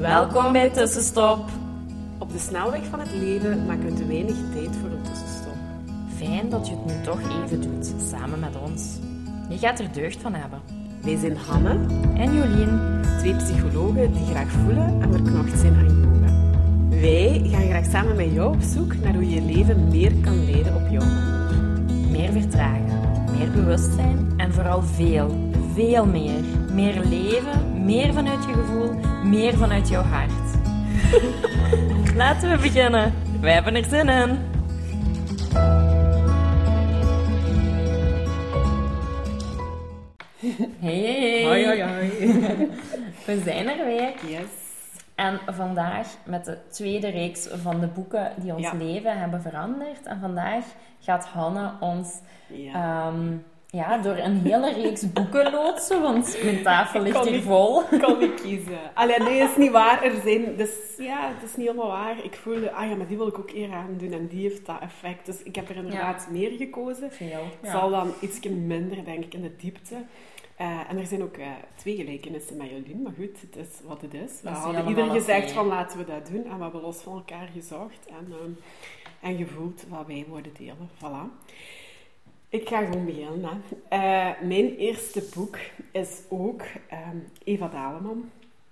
Welkom bij Tussenstop. Op de snelweg van het leven maken we te weinig tijd voor een tussenstop. Fijn dat je het nu toch even doet, samen met ons. Je gaat er deugd van hebben. Wij zijn Hanne en Jolien, 2 psychologen die graag voelen en verknocht zijn aan yoga. Wij gaan graag samen met jou op zoek naar hoe je leven meer kan leiden op jou. Meer vertragen, meer bewustzijn en vooral veel meer. Meer leven, meer vanuit je gevoel, meer vanuit jouw hart. Laten we beginnen. Wij hebben er zin in. Hey. Hoi. We zijn er weer. Yes. En vandaag met de tweede reeks van de boeken die ons leven hebben veranderd. En vandaag gaat Hanne ons door een hele reeks boeken loodsen, want mijn tafel ligt hier vol. Kan ik kiezen. Allee, nee, dat is niet waar. Het is niet helemaal waar. Ik voelde, maar die wil ik ook eer aan doen en die heeft dat effect. Dus ik heb er inderdaad meer gekozen. Veel. Het zal dan ietsje minder, denk ik, in de diepte. En er zijn ook 2 gelijkenissen met Jolien, maar goed, het is wat het is. We hadden ieder gezegd van laten we dat doen en we hebben los van elkaar gezocht en gevoeld wat wij worden delen. Voilà. Ik ga gewoon beginnen. Mijn eerste boek is ook Eva Daleman.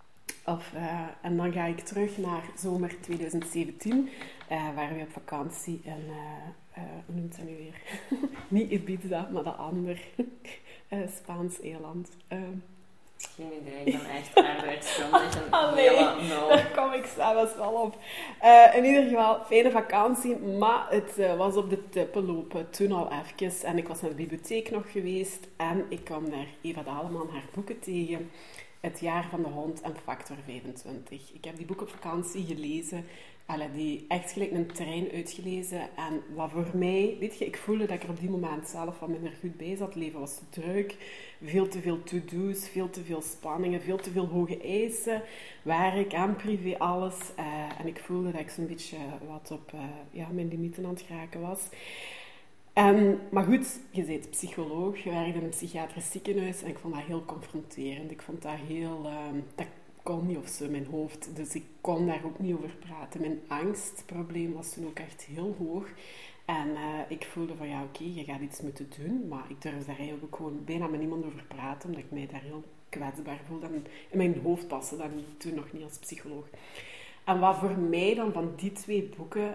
En dan ga ik terug naar zomer 2017, waar we op vakantie in, hoe noemt dat nu weer? Niet Ibiza, maar dat ander Spaans eiland. Geen idee, ik ben echt arbeidsschuldig. Daar kom ik zelfs wel op. In ieder geval, fijne vakantie, maar het was op de tippen lopen, toen al even. En ik was naar de bibliotheek nog geweest en ik kwam naar Eva Daleman haar boeken tegen. Het jaar van de hond en Factor 25. Ik heb die boek op vakantie gelezen. Die echt gelijk een trein uitgelezen. En wat voor mij, weet je, ik voelde dat ik er op die moment zelf wat minder goed bij zat. Het leven was te druk, veel te veel to-do's, veel te veel spanningen, veel te veel hoge eisen. Werk en privé, alles. En ik voelde dat ik zo'n beetje wat op mijn limieten aan het geraken was. Maar goed, je bent psycholoog, je werkt in een psychiatrisch ziekenhuis en ik vond dat heel confronterend. Ik vond dat heel... dat kon niet of zo in mijn hoofd, dus ik kon daar ook niet over praten. Mijn angstprobleem was toen ook echt heel hoog. En ik voelde van je gaat iets moeten doen, maar ik durfde daar eigenlijk ook gewoon bijna met niemand over praten, omdat ik mij daar heel kwetsbaar voelde. En in mijn hoofd paste dat toen nog niet als psycholoog. En wat voor mij dan van die 2 boeken,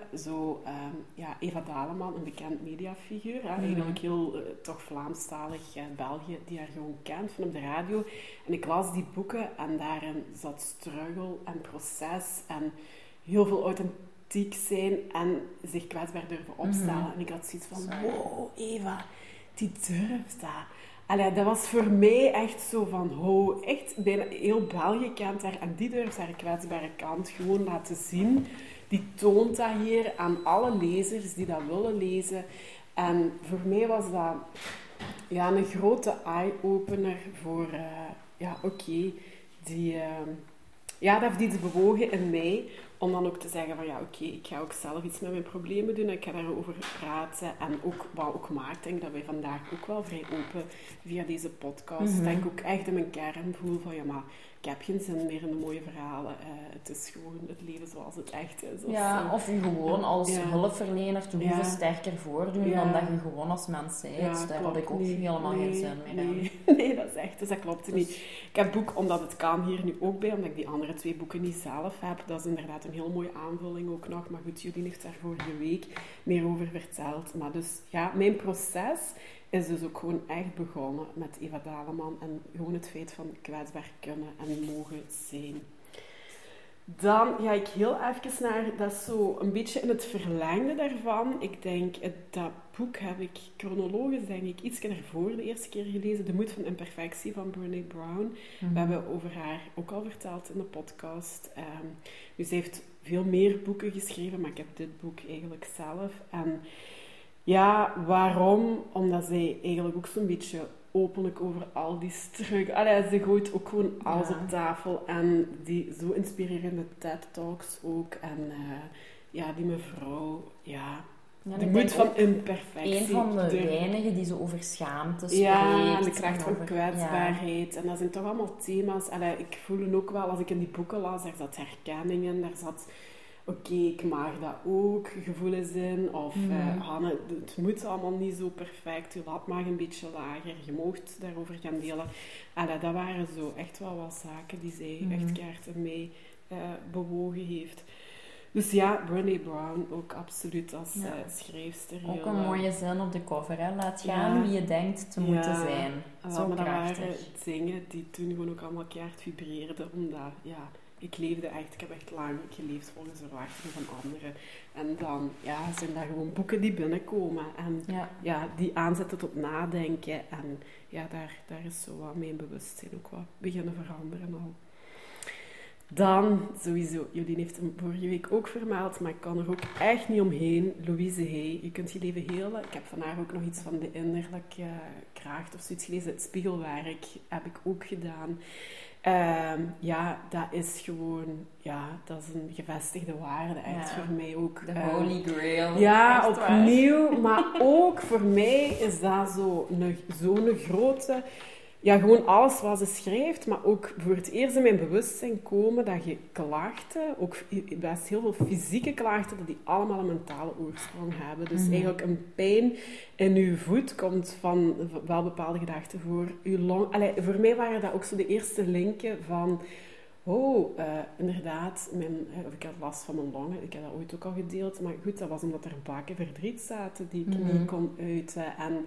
Eva Daleman, een bekend mediafiguur, eigenlijk heel toch Vlaamstalig België, die haar gewoon kent van op de radio. En ik las die boeken en daarin zat struggle en proces en heel veel authentiek zijn en zich kwetsbaar durven opstellen. En ik had zoiets van, wow, Eva, die durft dat. Dat was voor mij echt zo van, echt bijna heel België kent haar en die durft haar kwetsbare kant gewoon laten zien. Die toont dat hier aan alle lezers die dat willen lezen. En voor mij was dat een grote eye-opener voor, dat heeft iets bewogen in mij. Om dan ook te zeggen van ik ga ook zelf iets met mijn problemen doen. Ik ga daarover praten. En ook wat ook maakt, denk ik dat wij vandaag ook wel vrij open via deze podcast. Denk ik ook echt in mijn kern voel van ik heb geen zin meer in de mooie verhalen. Het is gewoon het leven zoals het echt is. Of je gewoon als hulpverlener te hoeven sterker voordoen dan dat je gewoon als mens bent. Daar had ik ook helemaal geen zin meer aan. Nee, dat is echt. Dus dat klopt niet. Ik heb het boek, omdat het kan, hier nu ook bij, omdat ik die andere 2 boeken niet zelf heb. Dat is inderdaad een heel mooie aanvulling ook nog. Maar goed, Jolien heeft daar vorige week meer over verteld. Maar dus, mijn proces is dus ook gewoon echt begonnen met Eva Daleman en gewoon het feit van kwetsbaar kunnen en mogen zijn. Dan ga ik heel even naar, dat is zo een beetje in het verlengde daarvan. Ik denk, dat boek heb ik chronologisch, denk ik, iets ervoor de eerste keer gelezen. De Moed van Imperfectie van Brené Brown. We hebben over haar ook al verteld in de podcast. Dus ze heeft veel meer boeken geschreven, maar ik heb dit boek eigenlijk zelf. En waarom? Omdat zij eigenlijk ook zo'n beetje openlijk over al die struggle... ze gooit ook gewoon alles op tafel. En die zo inspirerende TED-talks ook. En die mevrouw, Ja, de moed van imperfectie. Een van de weinigen die zo over schaamte spreekt. Ja, en de kracht van kwetsbaarheid. Ja. En dat zijn toch allemaal thema's. Ik voelde ook wel, als ik in die boeken las, daar zat herkenningen, daar zat... Oké, ik mag dat ook, gevoelens in. Of Hanne, het moet allemaal niet zo perfect. Je lat mag een beetje lager. Je moogt daarover gaan delen. Dat waren zo echt wel wat zaken die zij echt keihard in mij bewogen heeft. Dus ja, Brené Brown ook absoluut als schrijfster. Ook een mooie zin op de cover, hè? Laat gaan wie je denkt te moeten zijn. Zo maar krachtig. dat waren dingen die toen gewoon ook allemaal keihard vibreerden. Omdat, ik leefde echt, ik heb echt lang geleefd volgens de verwachtingen van anderen. En dan zijn daar gewoon boeken die binnenkomen. En die aanzetten tot nadenken. En daar is zo wat mijn bewustzijn ook wat beginnen veranderen al. Dan, sowieso, Jolien heeft hem vorige week ook vermeld, maar ik kan er ook echt niet omheen. Louise Hay, Je kunt je leven helen. Ik heb vandaag ook nog iets van de innerlijke kracht of zoiets gelezen. Het spiegelwerk heb ik ook gedaan. Dat is gewoon, dat is een gevestigde waarde, echt voor mij ook. De Holy Grail. Ja, opnieuw, maar ook voor mij is dat zo'n grote... Ja, gewoon alles wat ze schrijft, maar ook voor het eerst in mijn bewustzijn komen dat je klachten, ook best heel veel fysieke klachten, dat die allemaal een mentale oorsprong hebben. Dus eigenlijk een pijn in je voet komt van wel bepaalde gedachten voor je long. Voor mij waren dat ook zo de eerste linken van... inderdaad, ik had last van mijn longen. Ik heb dat ooit ook al gedeeld. Maar goed, dat was omdat er bakken verdriet zaten die ik niet kon uiten. En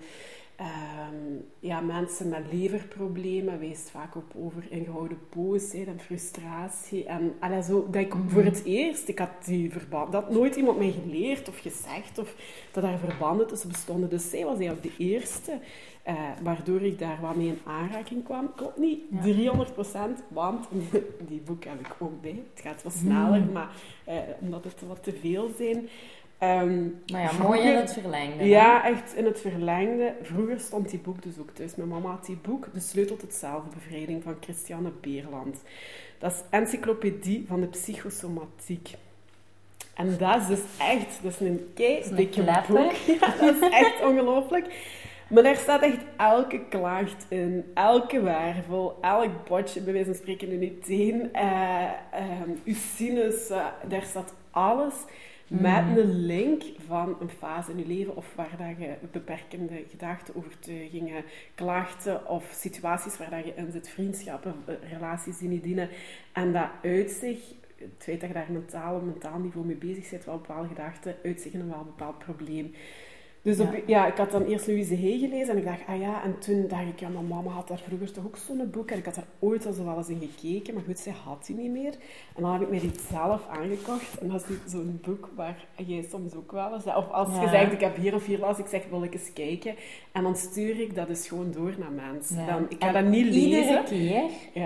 mensen met leverproblemen wijst vaak op over ingehouden boosheid en frustratie. En zo, dat ik voor het eerst, ik had die verband, dat had nooit iemand mij geleerd of gezegd of dat daar verbanden tussen bestonden. Dus zij was eigenlijk de eerste, waardoor ik daar wat mee in aanraking kwam. Klopt niet 300%, want die boek heb ik ook bij. Het gaat wat sneller, maar omdat het wat te veel zijn... maar mooi in het verlengde. Ja, echt in het verlengde. Vroeger stond die boek dus ook thuis. Mijn mama had die boek, De Sleutel tot Zelfbevrijding van Christiane Beerland. Dat is encyclopedie van de psychosomatiek. En dat is dus echt, dat is een dikke boek. Ja, dat is echt ongelooflijk. Maar daar staat echt elke klacht in, elke wervel, elk botje, bij wijze van spreken in je teen, uw sinus, daar staat alles... Met een link van een fase in je leven of waar dat je beperkende gedachten, overtuigingen, klachten of situaties waar dat je in zit, vriendschappen, relaties die niet dienen. En dat uit zich, het feit dat je daar op mentaal niveau mee bezig bent, wel bepaalde gedachten, uit zich in een wel bepaald probleem. Dus ik had dan eerst Louise Hay gelezen en ik dacht, en toen dacht ik, mijn mama had daar vroeger toch ook zo'n boek en ik had daar ooit al zo wel eens in gekeken, maar goed, zij had die niet meer. En dan heb ik mij die zelf aangekocht en dat is zo'n boek waar jij soms ook wel eens, of als je zegt, ik heb hier of hier last, ik zeg, wil ik eens kijken. En dan stuur ik dat dus gewoon door naar mensen. Dan, ik ga dat niet lezen. Iedere keer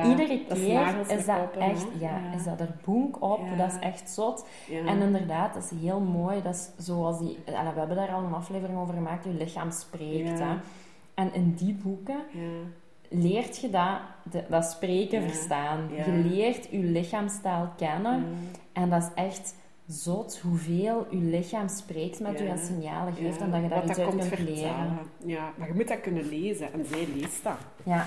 is dat op, echt, is dat er boek op, dat is echt zot. Ja. En inderdaad, dat is heel mooi, dat is zoals die, we hebben daar al een aflevering over gemaakt, je lichaam spreekt. Hè? En in die boeken leert je dat spreken verstaan. Je leert je lichaamstaal kennen. En dat is echt zot hoeveel je lichaam spreekt met je en signalen geeft en dat je daar iets uit kunt leren. Ja, maar je moet dat kunnen lezen en zij leest dat. Ja.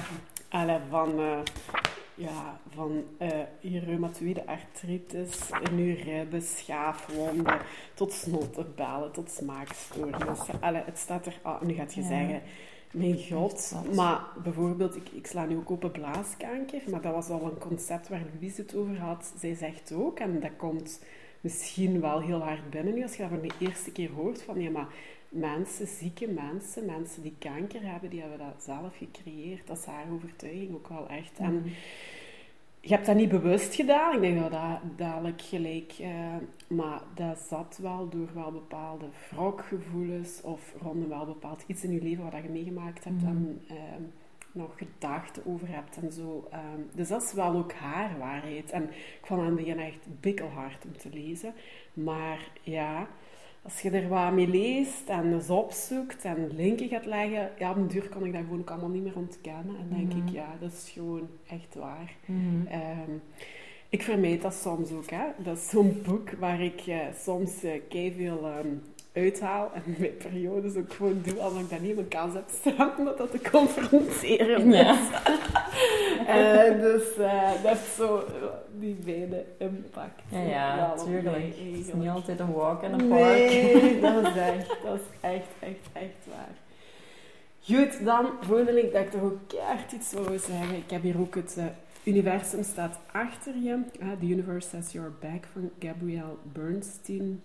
Van je reumatoïde artritis, in je ribben, schaafwonden, tot snoterbellen, tot smaakstoornissen. Het staat er... nu gaat je zeggen, mijn god. Maar bijvoorbeeld, ik sla nu ook open blaaskanker, maar dat was al een concept waar Louise het over had. Zij zegt ook, en dat komt misschien wel heel hard binnen nu, als je dat voor de eerste keer hoort, van zieke mensen die kanker hebben, die hebben dat zelf gecreëerd. Dat is haar overtuiging ook wel echt. En je hebt dat niet bewust gedaan. Ik denk dat dadelijk gelijk... maar dat zat wel door wel bepaalde wrokgevoelens of rondom wel bepaald iets in je leven wat je meegemaakt hebt en nog gedachten over hebt en zo. Dus dat is wel ook haar waarheid. En ik vond het aan het begin echt bikkelhard om te lezen. Maar als je er wat mee leest en eens opzoekt en linken gaat leggen, op den duur kan ik dat gewoon ook allemaal niet meer ontkennen. En denk ik, dat is gewoon echt waar. Ik vermijd dat soms ook. Hè. Dat is zo'n boek waar ik soms keiveel uithaal en mijn periodes ook gewoon doe als ik dat niet in mijn kans heb staan, omdat dat te confronteren is. Ja. Dus dat heeft zo die beide impact. Ja, wel op mij tuurlijk. Het is eigenlijk. niet altijd een walk in the park. Nee, dat is echt waar. Goed, dan voelde ik dat ik toch ook keihard iets wou zeggen. Ik heb hier ook het universum staat achter je. The Universe Has Your Back van Gabrielle Bernstein.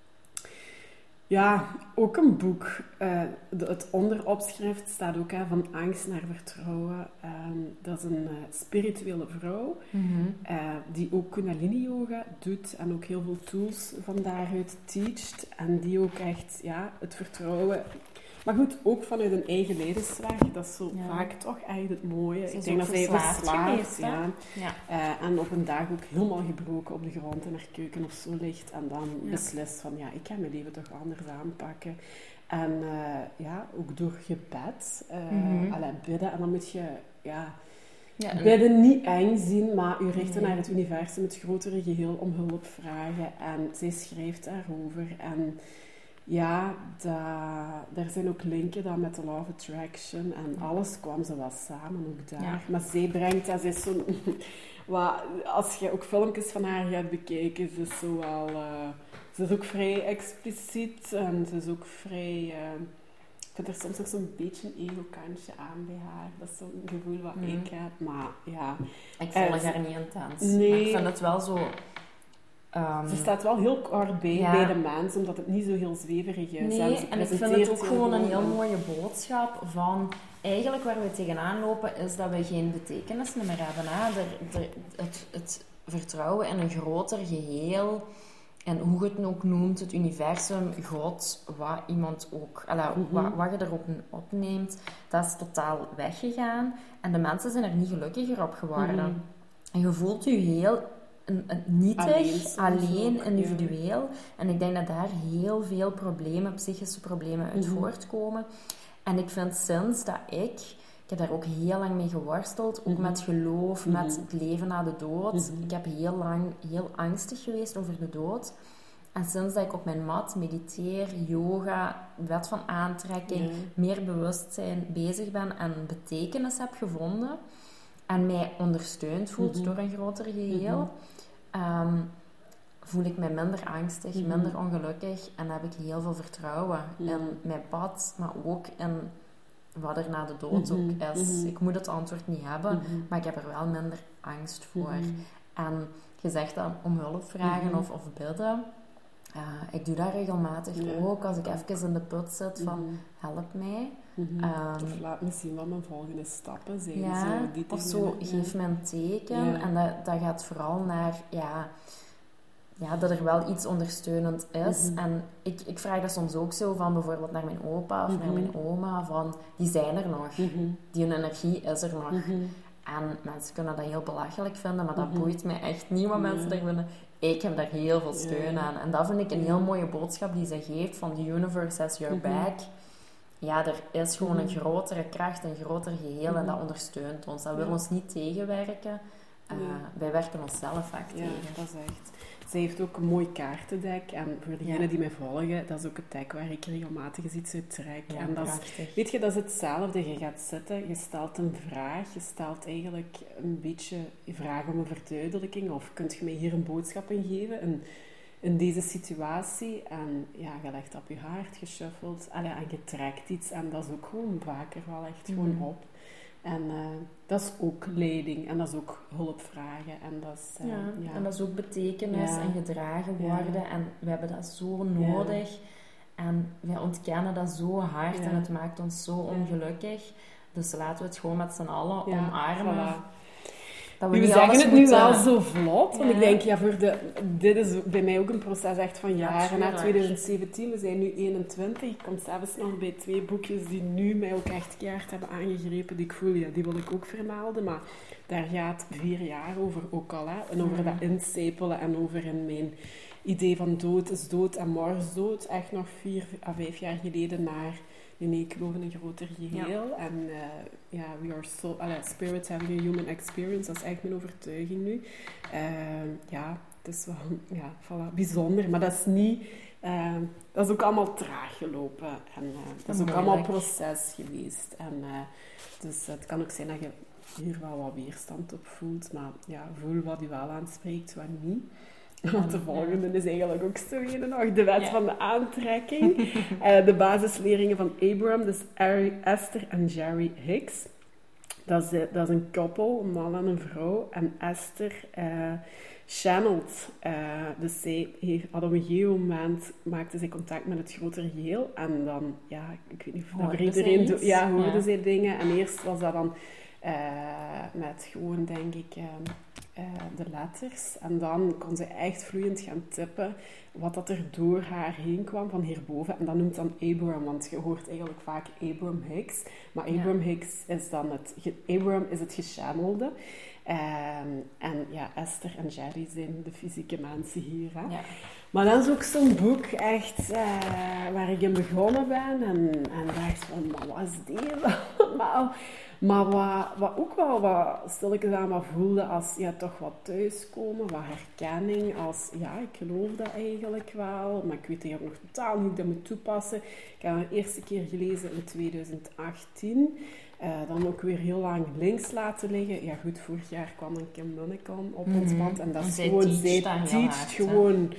Ja, ook een boek. Het onderopschrift staat ook van angst naar vertrouwen. Dat is een spirituele vrouw die ook Kundalini Yoga doet en ook heel veel tools van daaruit teacht. En die ook echt het vertrouwen... Maar goed, ook vanuit een eigen levensweg. Dat is zo vaak toch echt het mooie. Ik denk dat zij verslaafd is. En op een dag ook helemaal gebroken op de grond in haar keuken of zo ligt. En dan beslist van, ik ga mijn leven toch anders aanpakken. En ook door gebed. Bidden. En dan moet je, bidden niet eng zien, maar u richten naar het universum, het grotere geheel, om hulp vragen. En zij schrijft daarover. En... ja, daar zijn ook linken dan met de Law of Attraction en alles kwam zo wat samen ook daar. Ja. Maar zij brengt, zij is zo... als je ook filmpjes van haar gaat bekijken, ze is zo wel... ze is ook vrij expliciet en ze is ook vrij... ik vind er soms ook zo'n beetje een ego-kantje aan bij haar. Dat is zo'n gevoel wat ik heb, maar ja... Ik volg haar niet intens. Nee. Maar ik vind het wel zo... ze staat wel heel kort bij de mens, omdat het niet zo heel zweverig is. Nee, en ik vind het ook gewoon een heel mooie boodschap van... Eigenlijk waar we tegenaan lopen, is dat we geen betekenis meer hebben. Hè? Het vertrouwen in een groter geheel... En hoe je het ook noemt, het universum, God, wat iemand ook... wat je erop opneemt, dat is totaal weggegaan. En de mensen zijn er niet gelukkiger op geworden. En je voelt je heel... nietig, alleen individueel. Ja. En ik denk dat daar heel veel psychische problemen uit voortkomen. En ik vind sinds dat ik heb daar ook heel lang mee geworsteld, ook met geloof, met het leven na de dood. Ik heb heel lang heel angstig geweest over de dood. En sinds dat ik op mijn mat mediteer, yoga, wet van aantrekking, meer bewustzijn bezig ben en betekenis heb gevonden en mij ondersteund voelt door een groter geheel, voel ik mij minder angstig, minder ongelukkig en heb ik heel veel vertrouwen in mijn pad, maar ook in wat er na de dood ook is. Ik moet het antwoord niet hebben, maar ik heb er wel minder angst voor. En je zegt dan om hulp vragen of bidden. Ik doe dat regelmatig ook, als ik even in de put zit van help mij. Of laat me zien wat mijn volgende stappen zijn. Of zo, geef me een teken. En dat gaat vooral naar dat er wel iets ondersteunend is. En ik vraag dat soms ook zo van bijvoorbeeld naar mijn opa of naar mijn oma, van die zijn er nog. Die hun energie is er nog. En mensen kunnen dat heel belachelijk vinden, maar dat boeit mij echt niet wat mensen er vinden. Ik heb daar heel veel steun aan. En dat vind ik een heel mooie boodschap die ze geeft van the universe has your back. Ja, er is gewoon een grotere kracht, een groter geheel en dat ondersteunt ons. Dat wil ons niet tegenwerken. Wij werken onszelf vaak tegen. Dat is echt... Zij heeft ook een mooi kaartendek. En voor degenen die mij volgen, dat is ook het dek waar ik regelmatig eens iets uit trek. Ja, en dat is, dat is hetzelfde. Je gaat zitten, je stelt een vraag. Je stelt eigenlijk een beetje een vraag om een verduidelijking. Of kunt je mij hier een boodschap in geven? In deze situatie. En je legt op je hart, geshuffeld. En je trekt iets. En dat is ook gewoon vaker wel echt gewoon op. En dat is ook leiding en dat is ook hulp vragen. En dat is, en dat is ook betekenis en gedragen worden. En we hebben dat zo nodig. En wij ontkennen dat zo hard en het maakt ons zo ongelukkig. Dus laten we het gewoon met z'n allen omarmen. Voilà. Dat we zeggen het nu wel zo vlot, want ik denk, dit is bij mij ook een proces echt van jaren. Na 2017, we zijn nu 21. Ik kom zelfs nog bij 2 boekjes die nu mij ook echt keihard hebben aangegrepen, die ik voel, die wil ik ook vermelden, maar daar gaat 4 jaar over ook al. Hè? En over dat incijpelen en over in mijn idee van dood is dood en morgen is dood. Echt nog 4 à 5 jaar geleden naar... Nee, ik geloof in een groter geheel. En we are so... spirit having a human experience. Dat is echt mijn overtuiging nu. Het is wel... bijzonder. Maar dat is niet Dat is ook allemaal traag gelopen. En dat is ook allemaal een proces geweest. En, dus het kan ook zijn dat je hier wel wat weerstand op voelt. Maar ja, voel wat je wel aanspreekt, wat niet. Want de volgende is eigenlijk ook zo een nog. De wet van de aantrekking. De basisleringen van Abraham. Dus Esther en Jerry Hicks. Dat is een koppel, een man en een vrouw. En Esther channelt. Dus zij had op een gegeven moment maakte zij contact met het grotere geheel. En dan, ja, ik weet niet of dat voor iedereen doet. Ja, hoorde zij dingen. En eerst was dat dan met gewoon, denk ik, de letters. En dan kon ze echt vloeiend gaan tippen wat dat er door haar heen kwam van hierboven. En dat noemt dan Abraham, want je hoort eigenlijk vaak Abraham Hicks. Maar Abraham Hicks is dan Abraham is het gechannelde. En ja, Esther en Jerry zijn de fysieke mensen hier. Hè? Ja. Maar dat is ook zo'n boek echt waar ik in begonnen ben. En dacht van, maar wat is dit allemaal? Maar wat ook wel wat stilletjes aan wat voelde als toch wat thuiskomen, wat herkenning, als ik geloof dat eigenlijk wel, maar ik weet eigenlijk nog totaal niet hoe ik dat moet toepassen. Ik heb het de eerste keer gelezen in 2018, dan ook weer heel lang links laten liggen. Ja goed, vorig jaar kwam een Kim Munnekom op ons pad en dat is gewoon, zij teacht gewoon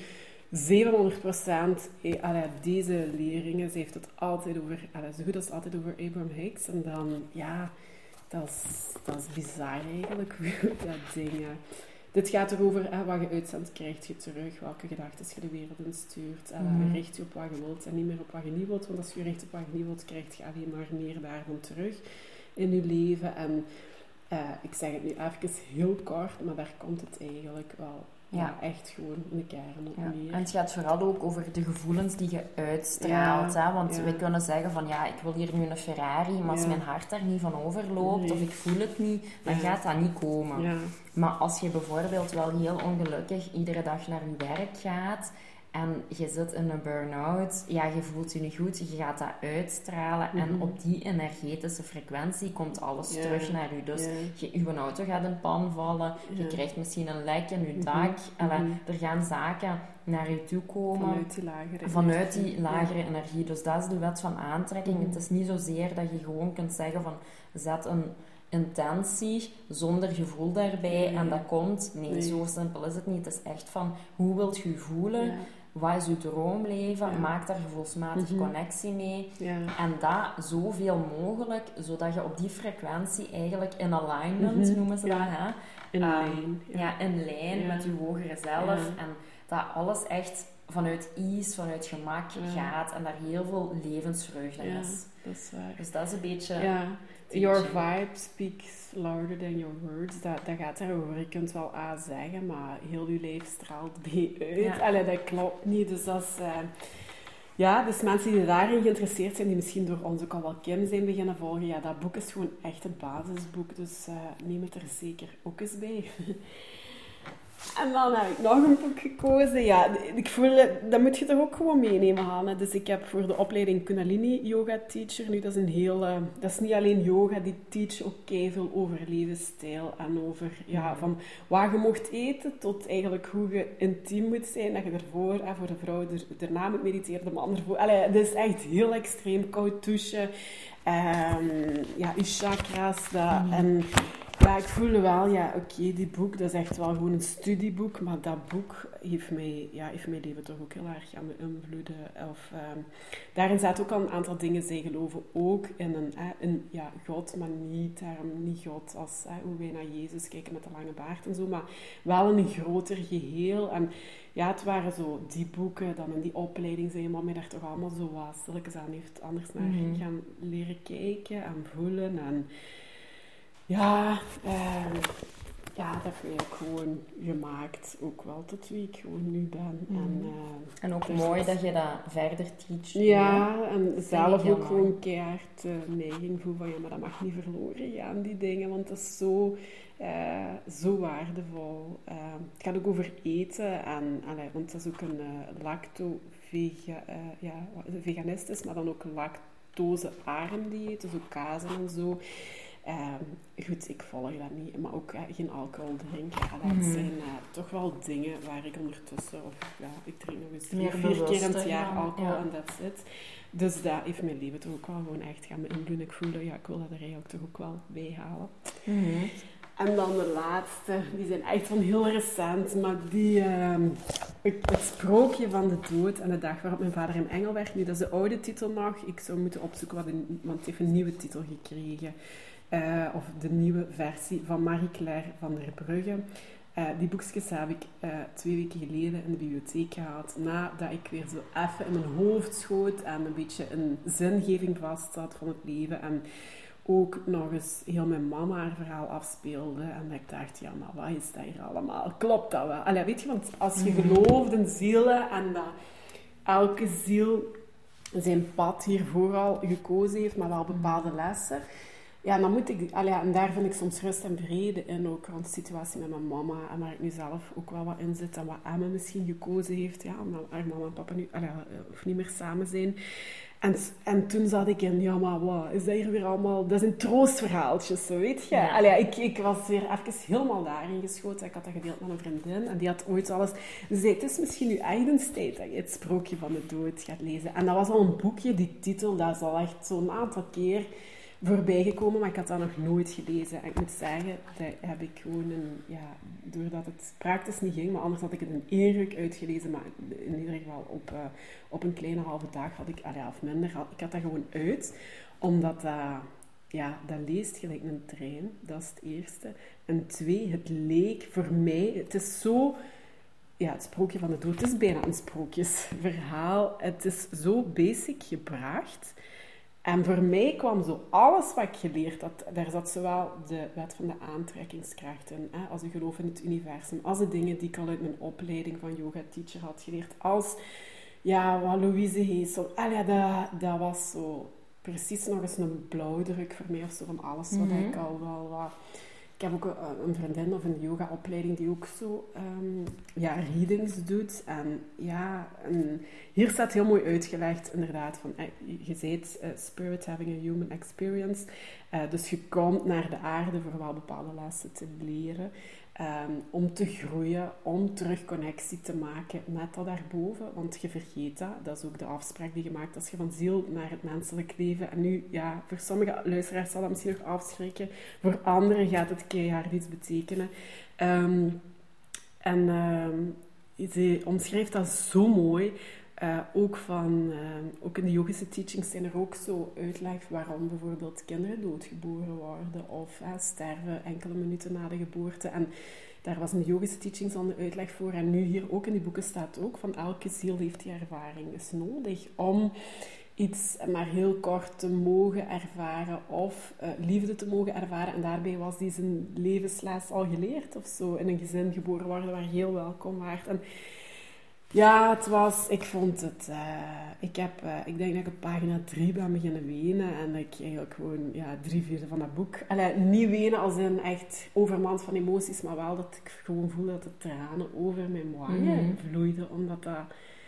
700% deze leringen. Ze heeft het altijd over, zo goed als altijd over Abraham Hicks. En dan, dat is bizar eigenlijk, dat ding. Dit gaat erover, wat je uitzendt, krijg je terug. Welke gedachten je de wereld instuurt. Richt je op wat je wilt en niet meer op wat je niet wilt. Want als je richt op wat je niet wilt, krijg je alleen maar meer daarvan terug in je leven. En ik zeg het nu even heel kort, maar daar komt het eigenlijk wel echt gewoon in de kern op neer. En het gaat vooral ook over de gevoelens die je uitstraalt. Hè? Want we kunnen zeggen van, ik wil hier nu een Ferrari, maar als mijn hart daar niet van overloopt, of ik voel het niet, dan gaat dat niet komen. Ja. Maar als je bijvoorbeeld wel heel ongelukkig iedere dag naar je werk gaat, en je zit in een burn-out, je voelt je niet goed, je gaat dat uitstralen en op die energetische frequentie komt alles terug naar je. Dus je auto gaat in pan vallen, je krijgt misschien een lek in je dak, er gaan zaken naar je toe komen vanuit die lagere energie. Dus dat is de wet van aantrekking. Het is niet zozeer dat je gewoon kunt zeggen van zet een intentie zonder gevoel daarbij en dat komt. Nee, zo simpel is het niet. Het is echt van hoe wilt je voelen? Wat is je droomleven? Maak daar gevoelsmatig connectie mee. En dat zoveel mogelijk, zodat je op die frequentie eigenlijk in alignment, noemen ze dat, hè? In lijn met je hogere zelf. En dat alles echt vanuit ease, vanuit gemak gaat en daar heel veel levensvreugde is. Dat is waar. Dus dat is een beetje... Your vibe speaks louder than your words. Dat gaat daarover. Je kunt wel A zeggen, maar heel je lijf straalt B uit. Dat klopt niet. Dus dat is... dus mensen die daarin geïnteresseerd zijn, die misschien door ons ook al wel Kim zijn beginnen volgen, dat boek is gewoon echt het basisboek. Dus neem het er zeker ook eens bij. En dan heb ik nog een boek gekozen. Ja, ik voel, dat moet je toch ook gewoon meenemen, Hanne. Dus ik heb voor de opleiding Kundalini Yoga Teacher. Nu, dat is een heel... dat is niet alleen yoga, die teach ook keiveel over levensstijl. En over, van wat je mocht eten, tot eigenlijk hoe je intiem moet zijn. Dat je ervoor, voor de vrouw, daarna moet mediteren, de man ervoor. Het is echt heel extreem. Koud douchen. Je chakras. En... Ja, ik voelde wel, die boek, dat is echt wel gewoon een studieboek, maar dat boek heeft mijn leven toch ook heel erg aan beïnvloeden. Daarin zaten ook al een aantal dingen, zij geloven ook in God, maar niet God als hoe wij naar Jezus kijken met de lange baard en zo, maar wel een groter geheel. En het waren zo die boeken, dan in die opleiding zijn je mij daar toch allemaal zo wat stilletjes aan heeft anders naar gaan leren kijken en voelen en... dat heeft gewoon gemaakt, ook wel tot wie ik gewoon nu ben. En ook mooi dat je dat verder teacht. En zelf ook gewoon keihard neiging voel van, maar dat mag niet verloren gaan, die dingen, want dat is zo waardevol. Het gaat ook over eten, want dat is ook een veganist is, maar dan ook lactose-arm dieet, dus ook kazen en zo. Goed, ik volg dat niet, maar ook geen alcohol drinken. Dat zijn toch wel dingen waar ik ondertussen, ik drink nog eens 3-4 keer in het jaar alcohol en that's it. Dus dat heeft mijn leven toch ook wel gewoon echt gaan beïnvloeden. Ik voelde, ik wil dat er eigenlijk toch ook wel bij halen. Mm-hmm. En dan de laatste, die zijn echt van heel recent, maar die, het sprookje van de dood en de dag waarop mijn vader in engel werd. Nu, dat is de oude titel nog. Ik zou moeten opzoeken, want het heeft een nieuwe titel gekregen. Of de nieuwe versie van Marie-Claire van der Brugge. Die boekjes heb ik 2 weken geleden in de bibliotheek gehaald. Nadat ik weer zo even in mijn hoofd schoot en een beetje een zingeving vast had van het leven. En ook nog eens heel mijn mama haar verhaal afspeelde. En dat ik dacht, maar wat is dat hier allemaal? Klopt dat wel? Allee, weet je, want als je gelooft in zielen en dat elke ziel zijn pad hiervoor al gekozen heeft, maar wel bepaalde lessen. Ja, dan moet ik... en daar vind ik soms rust en vrede in, ook rond de situatie met mijn mama. En waar ik nu zelf ook wel wat in zit. En wat Emma misschien gekozen heeft, omdat haar mama en papa nu of niet meer samen zijn. En toen zat ik in, maar wat is dat hier weer allemaal... Dat zijn troostverhaaltjes, zo weet je. Ja. Ik was weer even helemaal daarin geschoten. Ik had dat gedeeld met een vriendin. En die had ooit alles... Ze zei, het is misschien nu echt tijd dat je het sprookje van de dood gaat lezen. En dat was al een boekje, die titel, dat is al echt zo'n aantal keer voorbij gekomen, maar ik had dat nog nooit gelezen. En ik moet zeggen, dat heb ik gewoon doordat het praktisch niet ging, maar anders had ik het in één ruk uitgelezen, maar in ieder geval op een kleine halve dag had ik, of minder, ik had dat gewoon uit, omdat dat leest gelijk een trein, dat is het eerste. En 2, het leek voor mij, het is zo... Ja, het sprookje van de dood, het is bijna een sprookjesverhaal. Het is zo basic gebracht. En voor mij kwam zo alles wat ik geleerd had, daar zat zowel de wet van de aantrekkingskracht in, als je geloof in het universum, als de dingen die ik al uit mijn opleiding van yoga teacher had geleerd, als wat Louise Heesel. Dat was zo precies nog eens een blauwdruk voor mij of zo van alles wat ik al wel wat... Ik heb ook een vriendin of een yoga-opleiding die ook zo readings doet. En hier staat heel mooi uitgelegd, inderdaad, van je zegt spirit having a human experience. Dus je komt naar de aarde voor wel bepaalde lessen te leren. Om te groeien, om terug connectie te maken met dat daarboven. Want je vergeet dat. Dat is ook de afspraak die je maakt als je van ziel naar het menselijk leven... En nu, voor sommige luisteraars zal dat misschien nog afschrikken. Voor anderen gaat het keihard iets betekenen. Ze omschrijft dat zo mooi... Ook in de yogische teachings zijn er ook zo uitleg waarom bijvoorbeeld kinderen doodgeboren worden of sterven enkele minuten na de geboorte. En daar was in de yogische teachings al een uitleg voor. En nu hier ook in die boeken staat ook van elke ziel heeft die ervaring is nodig om iets maar heel kort te mogen ervaren of liefde te mogen ervaren. En daarbij was die zijn levensles al geleerd of zo. In een gezin geboren worden waar je heel welkom waart. En ja, het was... Ik vond het... ik denk dat ik op pagina 3 ben beginnen wenen. En dat ik eigenlijk gewoon 3/4 van dat boek... niet wenen als in echt overmand van emoties, maar wel dat ik gewoon voelde dat de tranen over mijn wangen vloeiden. Omdat dat...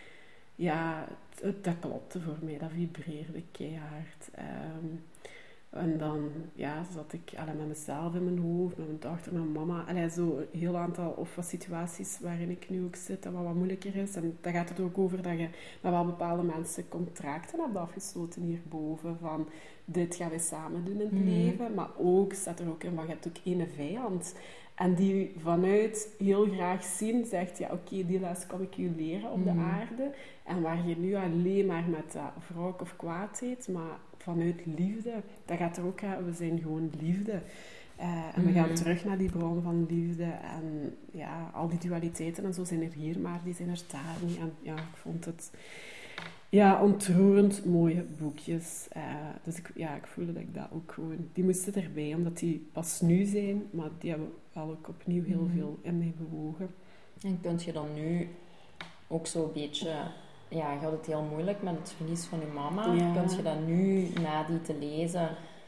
dat klopte voor mij. Dat vibreerde keihard. En dan zat ik met mezelf in mijn hoofd, met mijn dochter, met mijn mama. Zo een heel aantal of wat situaties waarin ik nu ook zit en wat moeilijker is. En daar gaat het ook over dat je met wel bepaalde mensen contracten hebt afgesloten hierboven. Van dit gaan we samen doen in het leven. Maar ook staat er ook in van je hebt ook één vijand. En die vanuit heel graag zien, zegt oké, die les kan ik je leren op de aarde. En waar je nu alleen maar met wrok of kwaadheid, maar vanuit liefde, dat gaat er ook we zijn gewoon liefde. En we gaan terug naar die bron van liefde. En al die dualiteiten en zo zijn er hier, maar die zijn er daar niet. En ik vond het ontroerend mooie boekjes. Dus ik voelde dat ik dat ook gewoon... Die moesten erbij, omdat die pas nu zijn, maar die hebben wel ook opnieuw heel veel in mij bewogen. En kunt je dan nu ook zo'n beetje... je had het heel moeilijk met het verlies van je mama. Ja. Kunt je dat nu, na die te lezen,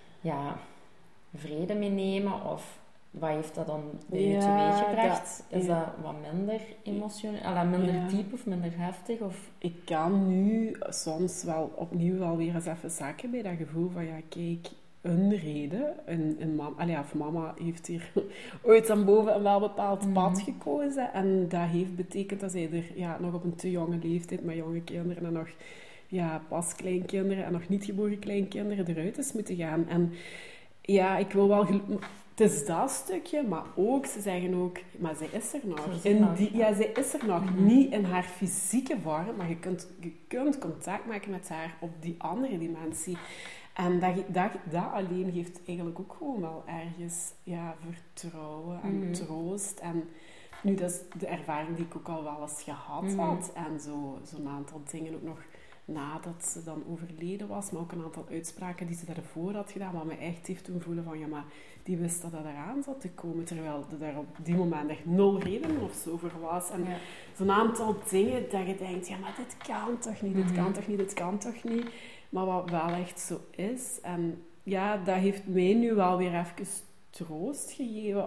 vrede meenemen? Of wat heeft dat dan bij je teweeggebracht? Is dat wat minder emotioneel, minder diep of minder heftig? Of? Ik kan nu soms wel opnieuw weer eens even zakken bij dat gevoel van, kijk, een reden. Mama heeft hier ooit aan boven een wel bepaald pad gekozen. En dat heeft betekend dat zij er nog op een te jonge leeftijd met jonge kinderen en nog pas kleinkinderen en nog niet geboren kleinkinderen eruit is moeten gaan. En ja, ik wil wel... Het is dat stukje, maar ook, ze zeggen ook, maar zij is er nog. Zij is er nog. Niet in haar fysieke vorm, maar je kunt contact maken met haar op die andere dimensie. En dat alleen geeft eigenlijk ook gewoon wel ergens vertrouwen en troost. En nu, dat is de ervaring die ik ook al wel eens gehad had. En zo'n aantal dingen ook nog nadat ze dan overleden was, maar ook een aantal uitspraken die ze daarvoor had gedaan, wat me echt heeft doen voelen van, maar die wist dat eraan zat te komen, terwijl er daar op die moment echt 0 reden of zo voor was. En zo'n aantal dingen dat je denkt, maar dit kan toch niet, dit kan toch niet. Maar wat wel echt zo is. En ja, dat heeft mij nu wel weer even troost gegeven,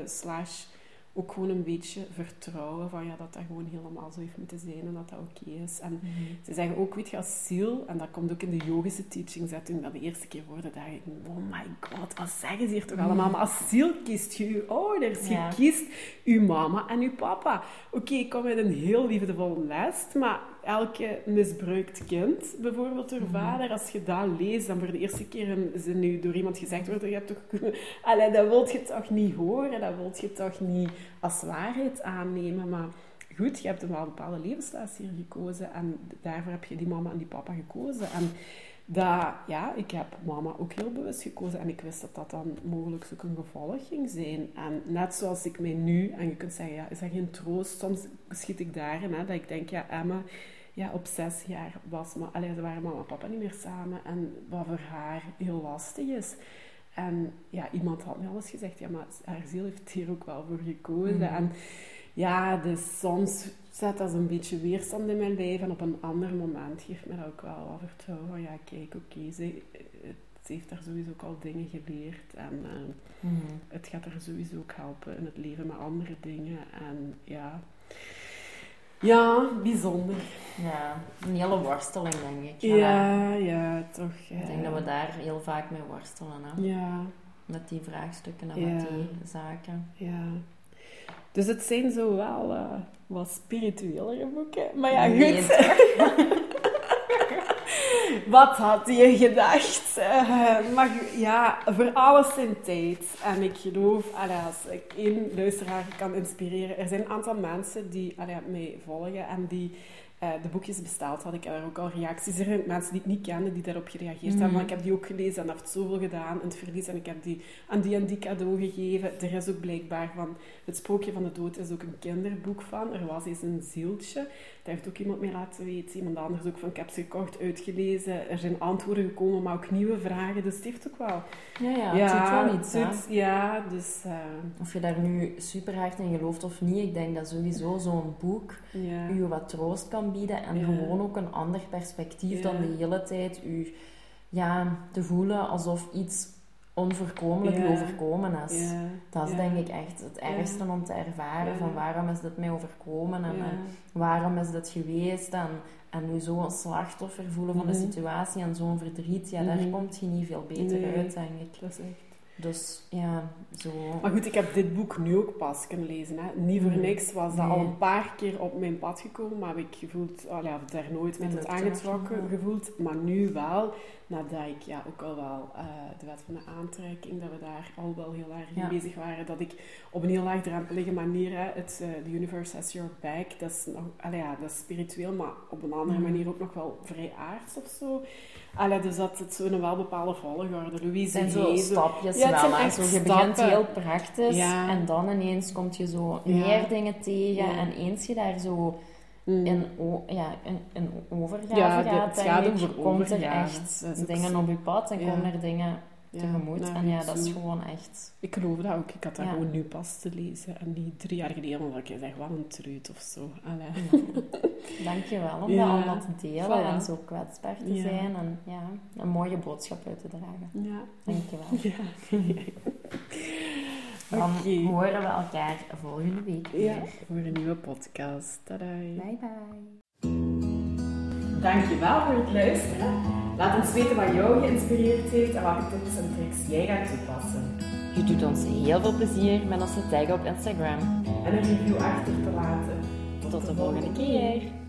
/ ook gewoon een beetje vertrouwen van dat gewoon helemaal zo heeft moeten zijn en dat dat oké is. En ze zeggen ook, weet je, asiel, en dat komt ook in de yogische teachings, toen ik dat de eerste keer hoorde, dacht ik, oh my god, wat zeggen ze hier toch allemaal? Maar asiel kiest je je ouders, je kiest je mama en je papa. Oké, ik kom uit een heel liefdevolle nest, maar elke misbruikt kind, bijvoorbeeld door vader, als je dat leest, dan voor de eerste keer een zin nu door iemand gezegd wordt, je hebt toch... dat wil je toch niet horen, dat wil je toch niet als waarheid aannemen, maar goed, je hebt een wel bepaalde levensles hier gekozen en daarvoor heb je die mama en die papa gekozen. En ik heb mama ook heel bewust gekozen en ik wist dat dat dan mogelijk ook een gevolg ging zijn. En net zoals ik mij nu, en je kunt zeggen, is dat geen troost? Soms schiet ik daarin, dat ik denk, Emma, op 6 jaar ze waren mama en papa niet meer samen en wat voor haar heel lastig is. En iemand had me al eens gezegd, maar haar ziel heeft hier ook wel voor gekozen. En dus soms zet dat een beetje weerstand in mijn lijf en op een ander moment geeft me dat ook wel wat vertrouwen van, kijk, oké, ze heeft daar sowieso ook al dingen geleerd en het gaat haar sowieso ook helpen in het leven met andere dingen. En bijzonder. Ja, een hele worsteling, denk ik. Ja, toch. Ik denk dat we daar heel vaak mee worstelen, hè? Ja. Met die vraagstukken en met die zaken. Ja. Dus het zijn zo wel wat spirituelere boeken. Maar goed. Wat had je gedacht? Maar voor alles zijn tijd. En ik geloof, als ik 1 luisteraar kan inspireren, er zijn een aantal mensen die mij volgen en die de boekjes besteld had. Ik heb daar ook al reacties. Er zijn mensen die ik niet kende die daarop gereageerd hebben. Maar ik heb die ook gelezen en dat heeft zoveel gedaan in het verlies. En ik heb die aan die en die cadeau gegeven. Er is ook blijkbaar van Het Sprookje van de Dood is ook een kinderboek van. Er was eens een zieltje. Daar heeft ook iemand mee laten weten. Iemand anders ook van, ik heb ze gekocht, uitgelezen. Er zijn antwoorden gekomen, maar ook nieuwe vragen. Dus het heeft ook wel... het doet wel iets, hè? Ja, dus... Of je daar nu super hard in gelooft of niet, ik denk dat sowieso zo'n boek u wat troost kan bieden en gewoon ook een ander perspectief dan de hele tijd u te voelen alsof iets onvoorkomelijk overkomen is. Dat is denk ik echt het ergste om te ervaren van waarom is dit mij overkomen en waarom is dit geweest en nu zo'n slachtoffer voelen van de situatie en zo'n verdriet, daar komt je niet veel beter uit, denk ik. Dat is echt... Dus zo... Maar goed, ik heb dit boek nu ook pas kunnen lezen. Hè. Niet voor niks was dat al een paar keer op mijn pad gekomen, maar heb ik gevoeld, daar nooit met het aangetrokken gevoeld. Maar nu wel, nadat ik ook al wel de wet van de aantrekking, dat we daar al wel heel erg mee bezig waren, dat ik op een heel laagdrempelige manier, the universe has your back, dat is nog, dat is spiritueel, maar op een andere manier ook nog wel vrij aards of zo. Dus dat het zo'n wel bepaalde volgorde. Louise zijn zo stapjes wel, maar zo, je begint heel praktisch en dan ineens kom je zo meer dingen tegen en eens je daar zo in overgave gaat, komt er echt dingen op je pad en komen er dingen tegemoet. En dat is gewoon echt... Ik geloof dat ook. Ik had dat gewoon nu pas te lezen en niet 3 jaar geleden, omdat ik zeg, wat een treut of zo. Dankjewel om dat allemaal te delen en zo kwetsbaar te zijn en een mooie boodschap uit te dragen. Dankjewel. Dan horen we elkaar volgende week weer. Voor een nieuwe podcast. Tadaa. Bye bye. Dankjewel voor het luisteren. Laat ons weten wat jou geïnspireerd heeft en welke tips en tricks jij gaat toepassen. Je doet ons heel veel plezier met onze tag op Instagram. En een review achter te laten. Tot de volgende keer!